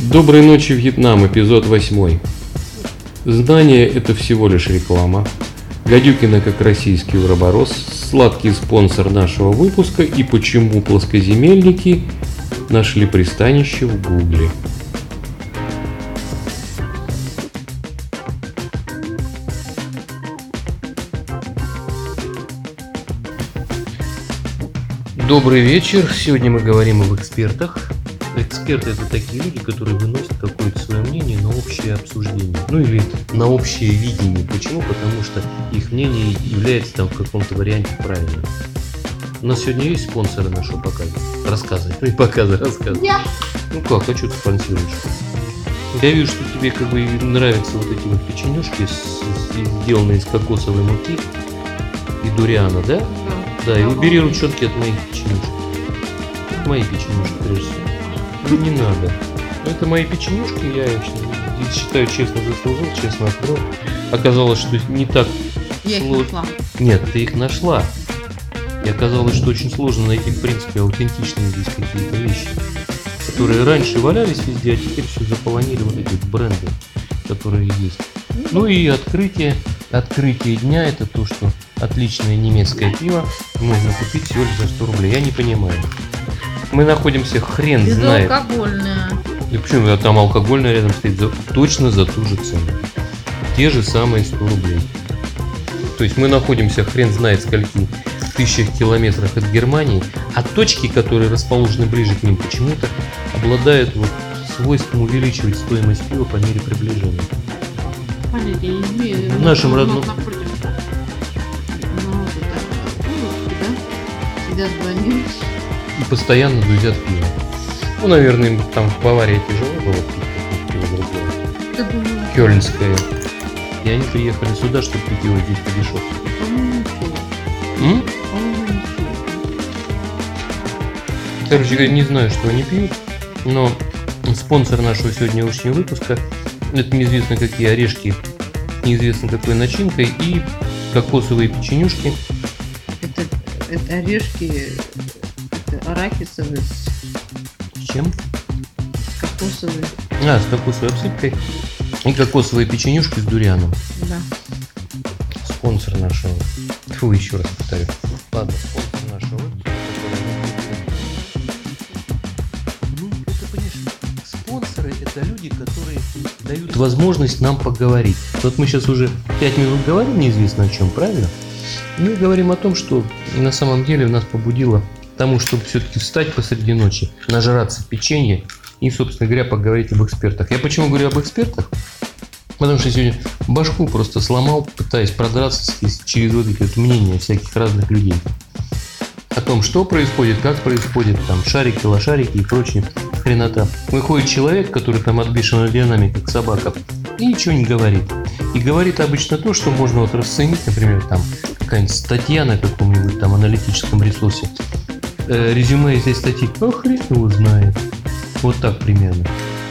Доброй ночи, Вьетнам, эпизод 8. Знание – это всего лишь реклама. Гадюкина как российский уроборос, сладкий спонсор нашего выпуска и почему плоскоземельники нашли пристанище в Гугле. Добрый вечер. Сегодня мы говорим об экспертах. Эксперты – это такие люди, которые выносят какое-то свое мнение на общее обсуждение. Ну или на общее видение. Почему? Потому что их мнение является там в каком-то варианте правильным. У нас сегодня есть спонсоры нашего показа? Рассказывай. Рассказывай. Я. Ну как, а что ты спонсируешь? Я вижу, что тебе как бы нравятся вот эти вот печенюшки, сделанные из кокосовой муки и дуриана, да? Да, и убери ручонки от моих печенюшек. Это мои печенюшки, прежде всего. Ну не надо. Это мои печенюшки, я их считаю, честно заслужил, честно открыл. Оказалось, что не так Я их сложно. нашла. Нет, ты их нашла. И оказалось, что очень сложно найти, в принципе, аутентичные здесь какие-то вещи, которые раньше валялись везде, а теперь все заполонили вот эти бренды, которые есть. Ну и открытие дня — это то, что отличное немецкое пиво можно купить всего лишь за 100 рублей. Я не понимаю. Мы находимся хрен знает. Безалкогольное. И почему там алкогольное рядом стоит точно за ту же цену. Те же самые 100 рублей. То есть мы находимся хрен знает скольки тысячах километрах от Германии, а точки, которые расположены ближе к ним, почему-то обладают вот свойством увеличивать стоимость пива по мере приближения. Понятия не имею. В нашем родном- Сидят звонят. И постоянно дузят пиво. Ну, наверное, им там в Баварии тяжело было пить пиво другое. Ты думаешь? Кёльнское. И они приехали сюда, чтобы пить его здесь подешевле. По-моему, ничего. По-моему, ничего. Короче говоря, не знаю, что они пьют, но спонсор нашего сегодняшнего выпуска — это неизвестно какие орешки, неизвестно какой начинкой и кокосовые печенюшки. Это орешки, это арахисовые С чем? с кокосовой. С кокосовой обсыпкой и кокосовые печенюшки с дурианом. Да. Спонсор нашего. Фу, еще раз повторю. Ладно, спонсор нашего выпуска. Ну, это, понимаешь, спонсоры — это люди, которые дают возможность нам поговорить. Вот мы сейчас уже 5 минут говорим неизвестно о чем, правильно? Мы говорим о том, что на самом деле нас побудило к тому, чтобы все-таки встать посреди ночи, нажраться печенья и, собственно говоря, поговорить об экспертах. Я почему говорю об экспертах? Потому что сегодня башку просто сломал, пытаясь продраться через вот эти вот мнения всяких разных людей о том, что происходит, как происходит, там шарики, лошарики и прочее хренота. Выходит человек, который там отбешен ногами, как собака, и ничего не говорит. И говорит обычно то, что можно вот расценить, например, там какая-нибудь статья на каком-нибудь там аналитическом ресурсе. Резюме этой статьи, хрен его знает. Вот так примерно.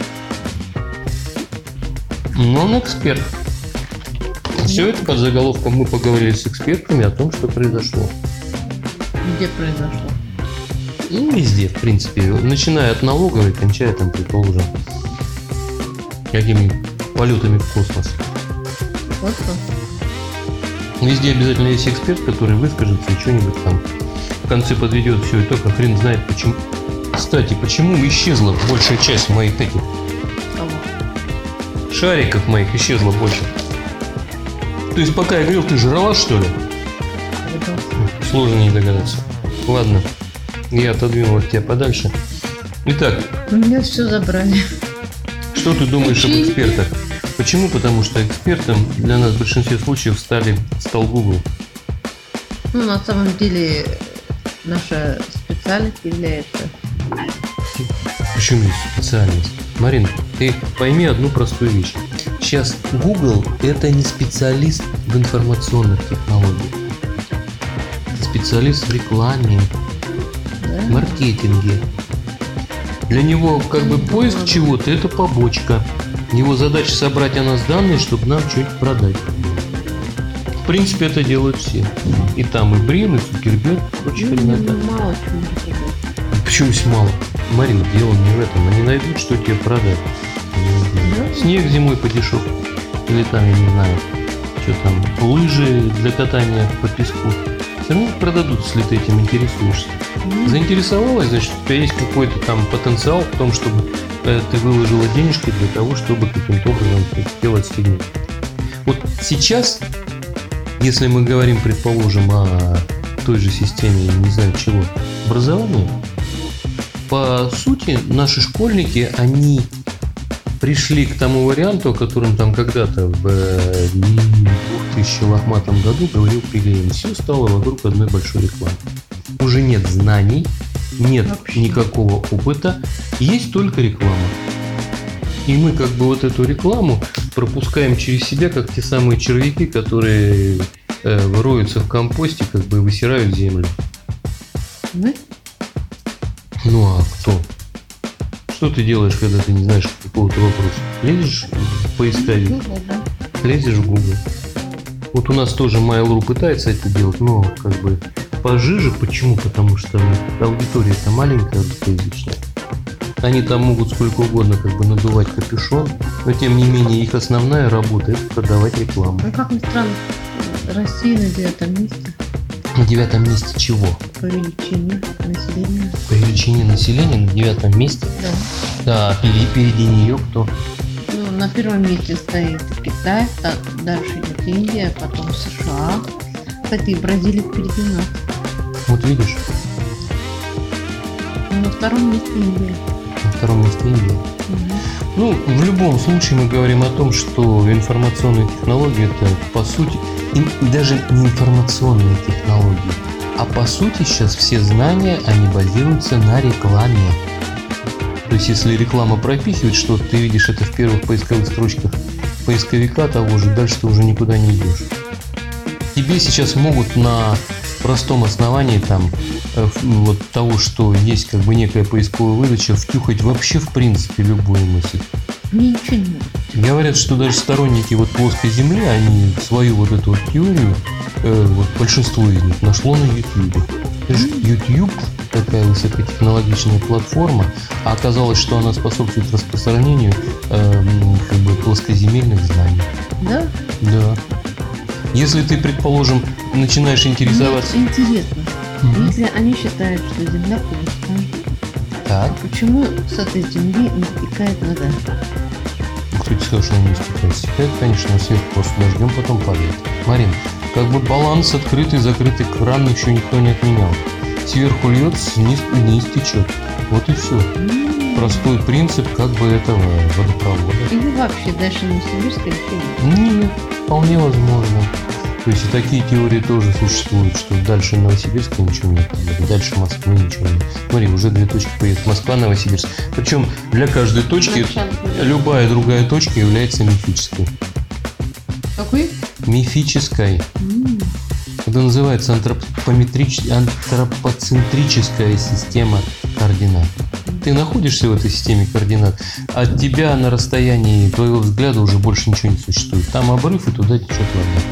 Но он эксперт. Все это под заголовком мы поговорили с экспертами о том, что произошло. Где произошло? Ну, везде, в принципе. Начиная от налоговой, кончая там, предположим, какими полетами в космос. Вот что. Везде обязательно есть эксперт, который выскажется и что-нибудь там в конце подведет все, и только хрен знает почему. Кстати, почему исчезла большая часть моих этих Кого? шариков моих исчезла больше? То есть пока я говорил, ты жрала, что ли? Сложно не догадаться. Ладно, я отодвинул от тебя подальше. Итак, У меня все забрали. что ты думаешь об экспертах? Почему? Потому что экспертом для нас в большинстве случаев стал Google. Ну, на самом деле, наша специальность является... Почему есть специальность? Марин, ты пойми одну простую вещь. Сейчас Google — это не специалист в информационных технологиях. Это специалист в рекламе, Да? маркетинге. Для него как бы поиск чего-то — это побочка. Его задача собрать о нас данные, чтобы нам что-нибудь продать. В принципе, это делают все. И там и Брин, и Цукерберг, и прочие хренота. Мало чего. Почему мало? Марин, дело не в этом. Они найдут, что тебе продать. Снег зимой по дешевке. Или там, я не знаю, что там, лыжи для катания по песку. Все равно продадут, если ты этим интересуешься. Заинтересовалась, значит, у тебя есть какой-то там потенциал в том, чтобы ты выложила денежки для того, чтобы каким-то образом делать фигню. Вот сейчас, если мы говорим, предположим, о той же системе, не знаю чего, образования, по сути, наши школьники, они пришли к тому варианту, о котором там когда-то в 2000 лохматом году говорил Пелевин. Все стало вокруг одной большой рекламы. Уже нет знаний, нет никакого опыта, есть только реклама. И мы как бы вот эту рекламу пропускаем через себя, как те самые червяки, которые роются в компосте, как бы высирают землю. Мы? Ну а кто? Что ты делаешь, когда ты не знаешь какого-то вопроса? Лезешь в поисковик, лезешь в Google. Вот у нас тоже Mail.ru пытается это делать, но как бы пожиже. Почему? Потому что аудитория-то маленькая, русскоязычная. Они там могут сколько угодно как бы надувать капюшон, но тем не менее их основная работа — это продавать рекламу. Ну как ни странно, Россия на 9 месте. На 9 месте чего? По величине населения. По величине населения на 9 месте? Да. Да, впереди нее кто? Ну, на первом месте стоит Китай, дальше идет Индия, потом США. Кстати, Бразилия впереди нас. Вот видишь? На втором месте Индия. На втором месте Индия. Угу. Ну, в любом случае мы говорим о том, что информационные технологии — это по сути, и даже не информационные технологии, а по сути сейчас все знания, они базируются на рекламе. То есть если реклама пропихивает что-то, ты видишь это в первых поисковых строчках поисковика того же, дальше ты уже никуда не идешь. Тебе сейчас могут на простом основании там вот того, что есть как бы некая поисковая выдача, втюхать вообще в принципе любую мысль. Мне ничего не надо. Говорят, что даже сторонники вот плоской земли, они свою вот эту вот теорию, вот большинство из них нашло на YouTube. YouTube такая высокотехнологичная платформа, а оказалось, что она способствует распространению как бы плоскоземельных знаний. Да? Да. Если ты, предположим, начинаешь интересоваться... Мне интересно, если они считают, что Земля плоская, Так. почему с этой Земли не стекает вода? Кто тебе сказал, что она не стекает? Стекает, конечно, сверху просто дождем потом падает. Марин, как бы баланс открытый, закрытый кран еще никто не отменял. Сверху льется, вниз течет. Вот и все. Простой принцип как бы этого водопровода. Или вообще дальше Новосибирска или Нет, вполне возможно. То есть и такие теории тоже существуют, что дальше Новосибирска ничего нет, дальше Москвы ничего нет. Смотри, уже 2 точки поедут. Москва, Новосибирск. Причем для каждой точки любая другая точка является мифической. Какой? Мифической. Это называется антропоцентрическая система координат. Ты находишься в этой системе координат, от тебя на расстоянии твоего взгляда уже больше ничего не существует. Там обрыв, и туда течет вода.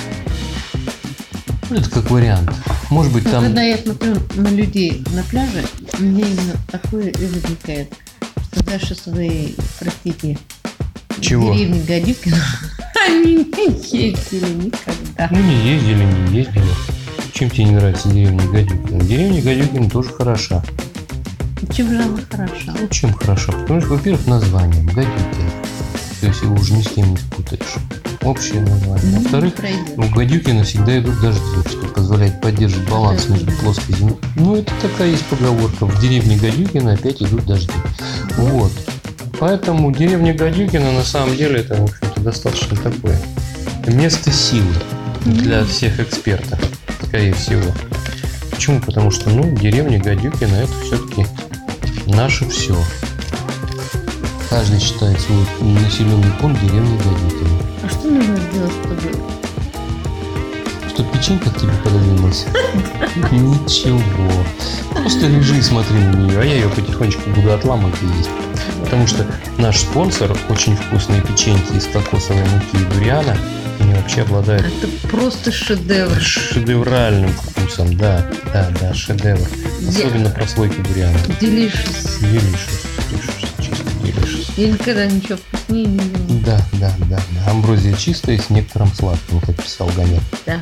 Это как вариант. Может быть, там... Когда я смотрю на людей на пляже, мне именно такое и возникает, что дальше своей, простите, Чего? деревни Гадюкина они не ездили никогда. Ну, не ездили. Чем тебе не нравится деревня Гадюкина? Деревня Гадюкина тоже хороша. Чем же она хороша? Ну, чем хороша? Потому что, во-первых, название Гадюкина. То есть его уже ни с кем не спутаешь. Общее название. Во-вторых, у Гадюкина всегда идут дожди, что позволяет поддерживать баланс между плоской землей. Ну, это такая есть поговорка. В деревне Гадюкина опять идут дожди. Вот. Поэтому деревня Гадюкина на самом деле это, в общем-то, достаточно такое место силы для всех экспертов, скорее всего. Почему? Потому что, деревня Гадюкина это все-таки наше все. Каждый считает свой населенный пункт деревней Гадюкина. А что нужно сделать, чтобы печенька к тебе пододвинулась? Ничего. Просто лежи и смотри на нее, а я ее потихонечку буду отламывать и есть. Потому что наш спонсор, очень вкусные печеньки из кокосовой муки и дуриана, они вообще обладают... Это просто шедевр. Шедевральным вкусом, да, шедевр. Особенно прослойки дуриана. Делишь чисто делишес. Я никогда ничего вкуснее не ела. Да. Амброзия чистая с некоторым сладким, как писал Гомер. Да.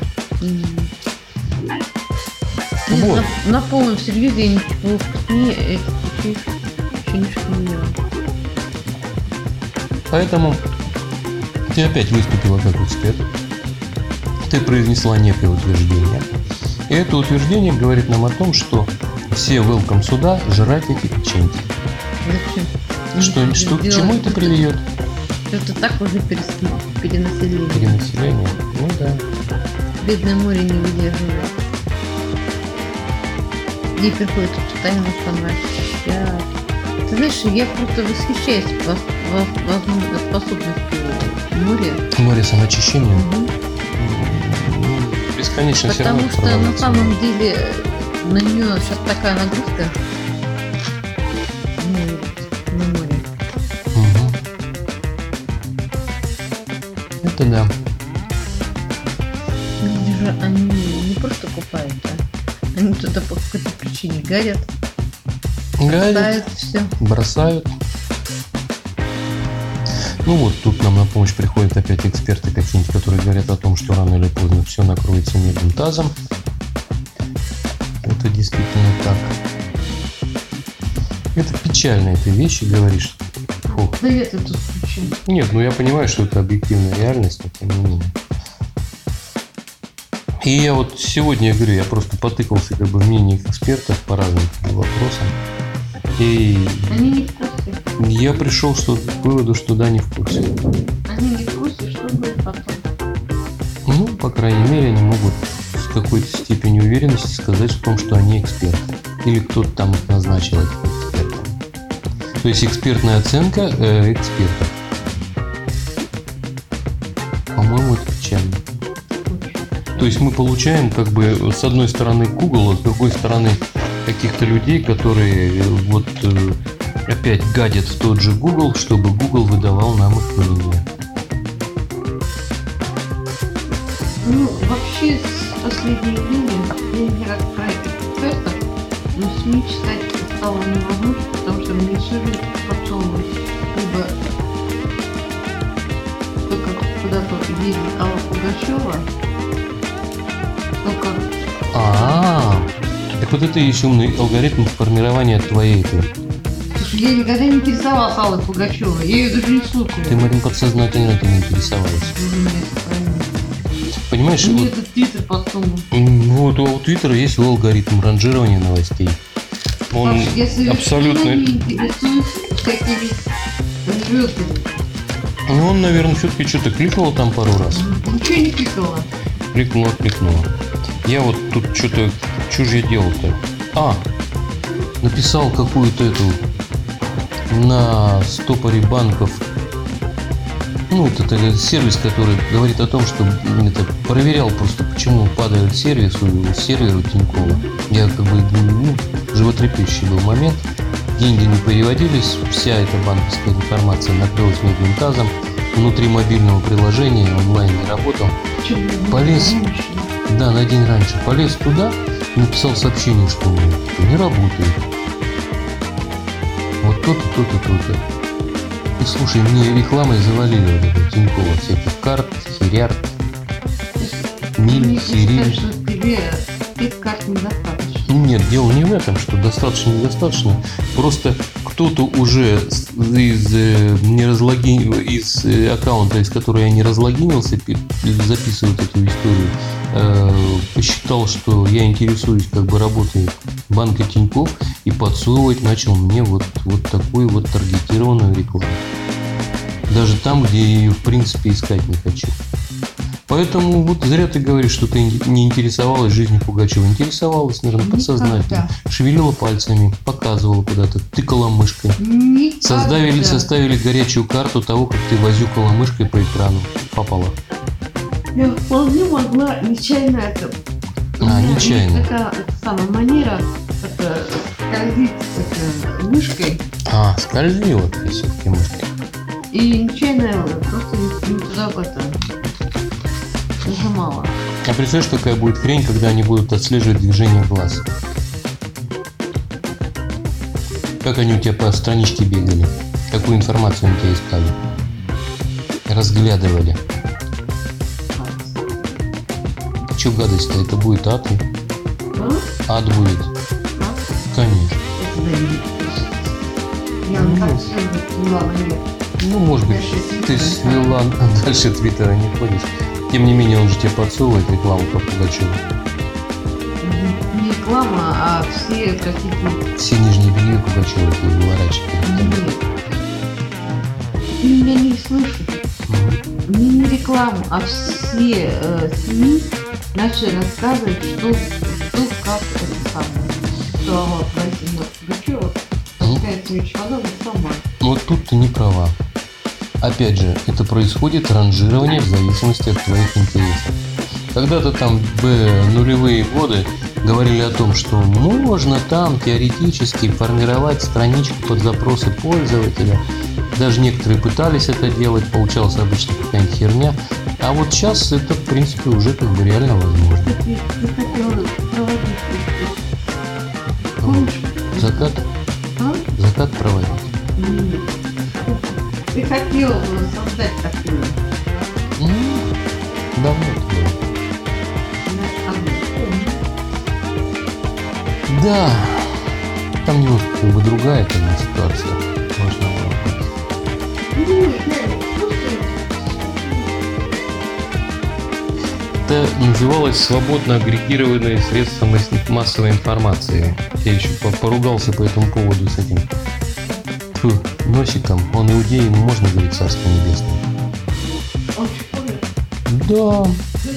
Вот. На полном серьезе я ничего вкуснее этих печенюшек не ела. Поэтому ты опять выступила как эксперт. Ты произнесла некое утверждение. И это утверждение говорит нам о том, что все welcome сюда жрать эти печеньки. Зачем? Что к чему это приведет? Это так уже перенаселение. Перенаселение? Ну да. Бедное море не выдерживает. Ей приходит постоянно самоощущать. Ты знаешь, я просто восхищаюсь способностью моря. Море самоочищения? Угу. Бесконечно все Потому равно что на продолжаться. самом деле на нее сейчас такая нагрузка на море. Угу. Это да. Люди же, они не просто купаются, они туда по какой-то причине гадят, Гадят, все. бросают. Ну вот, тут нам на помощь приходят опять эксперты какие-нибудь, которые говорят о том, что рано или поздно все накроется медным тазом. Это действительно так. Это печальные ты вещи говоришь. Фу. Да я тут включу. Нет, ну я понимаю, что это объективная реальность, но тем не менее. И я вот сегодня, я говорю, я просто потыкался как бы в мнениях экспертов по разным вопросам. И Они не в курсе. я пришел к выводу, что да, не в курсе. Они не в курсе, что будет потом. Ну, по крайней мере, они могут с какой-то степенью уверенности сказать в том, что они эксперты. Или кто-то там их назначил этих экспертов. То есть экспертная оценка экспертов. По-моему, это печально. То есть мы получаем как бы с одной стороны Google, а с другой стороны каких-то людей, которые вот опять гадят в тот же Google, чтобы Google выдавал нам их мнение. Ну, вообще, с последнее время, я не раз про экспертов, но СМИ читать стало невозможно, потому что мне решили подсовывать либо только куда-то ездит Алла Пугачева, только... Так вот это и еще умный алгоритм формирования твоей этой. Слушай, я никогда не интересовалась Аллой Пугачевой, я ее даже не слушала. Ты, Марин, подсознательно этим не интересовалась. Понимаешь, Мне вот, этот твиттер подсунул. вот у Твиттера есть свой алгоритм ранжирования новостей. Он Я совершенно абсолютно... не интересуюсь всякими звездами. Ну, он, наверное, все-таки что-то кликнул там пару раз. Ничего не кликала. Кликнула. Я вот тут что-то... Что же я делал-то? Написал какую-то эту на стопоре банков. Ну, вот это сервис, который говорит о том, что это проверял просто, почему падает серверу Тинькова. Я как бы, животрепещущий был момент. Деньги не переводились, вся эта банковская информация накрылась медным тазом. Внутри мобильного приложения онлайн не работал. Полез, да, на день раньше. Полез туда, написал сообщение, что не работает. Вот то-то, то-то, то-то. И слушай, мне рекламой завалили вот это Тинькова, всяких карт, херярд, миль, сериль. Что тебе этих карт недостаточно. Нет, дело не в этом, что достаточно, недостаточно. Просто кто-то уже из аккаунта, из которого я не разлогинился, записывает эту историю, посчитал, что я интересуюсь как бы работой банка Тинькофф и подсовывать начал мне вот такую вот таргетированную рекламу. Даже там, где я ее в принципе искать не хочу. Поэтому вот зря ты говоришь, что ты не интересовалась жизнью Пугачева. Интересовалась, наверное, подсознательно. Шевелила пальцами, показывала куда-то, тыкала мышкой. Составили горячую карту того, как ты возюкала мышкой по экрану. Попала. Я вполне могла нечаянно это... Нечаянно. Такая самая манера скользить мышкой. Скользила ты все-таки мышкой. И нечаянно просто не туда в это нажимала. А представляешь, какая будет хрень, когда они будут отслеживать движение глаз? Как они у тебя по страничке бегали? Какую информацию они тебя искали? Разглядывали. Че гадость-то? Это будет ад? Ад будет. Конечно. Я Ну, может быть, ты свела, дальше Твиттера не ходишь. Тем не менее, он же тебе подсовывает рекламу про Пугачева. Не реклама, а все какие-то... Все нижние белье Пугачева ты выворачиваешь. Нет. Ты меня не слышишь. Не реклама, а все СМИ начали рассказывать, что как это самое. Что вот Владимир Пугачева таскает свою чемодан и сама. Вот тут ты не права. Опять же, это происходит ранжирование в зависимости от твоих интересов. Когда-то там в нулевые годы говорили о том, что можно там теоретически формировать страничку под запросы пользователя. Даже некоторые пытались это делать, получалась обычно какая-нибудь херня. А вот сейчас это, в принципе, уже как бы реально возможно. Ты хотела проводить помнишь? Закат? Закат проводить. Нет. Ты хотела создать такую. Давно это было. Да, там немножко как бы другая как бы ситуация. Можно было. Это называлось свободно агрегированные средства массовой информации. Я еще поругался по этому поводу с этим носиком. Он иудей, ему можно говорить царство небесное. Да.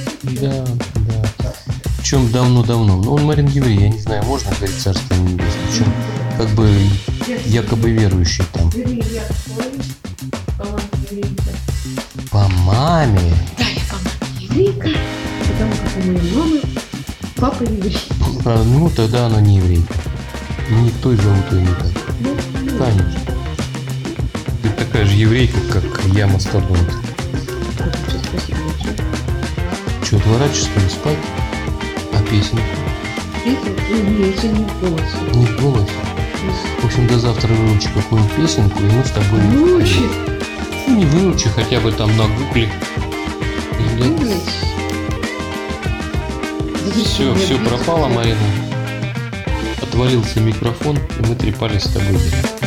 Причем давно-давно. Но он Марин еврей, я не знаю, можно говорить царство небесное. Причем как бы якобы верующий там. По маме? Да, я по маме еврейка, потому как у моей мамы папа еврей. Ну, тогда она не еврейка. Никто и зовут ее не так. Конечно. Ты такая же еврейка, как я, мастодонт. Спасибо большое. Че, отворачиваешь, что ли, спать? А песенку? Нет, это не в голосе. Не в голосе? В общем, до завтра выучи какую-нибудь песенку, и мы с тобой... Выучи. Ну, не выучи, хотя бы там на гугле. Все пропало, Марина. Отвалился микрофон, и мы трепались с тобой.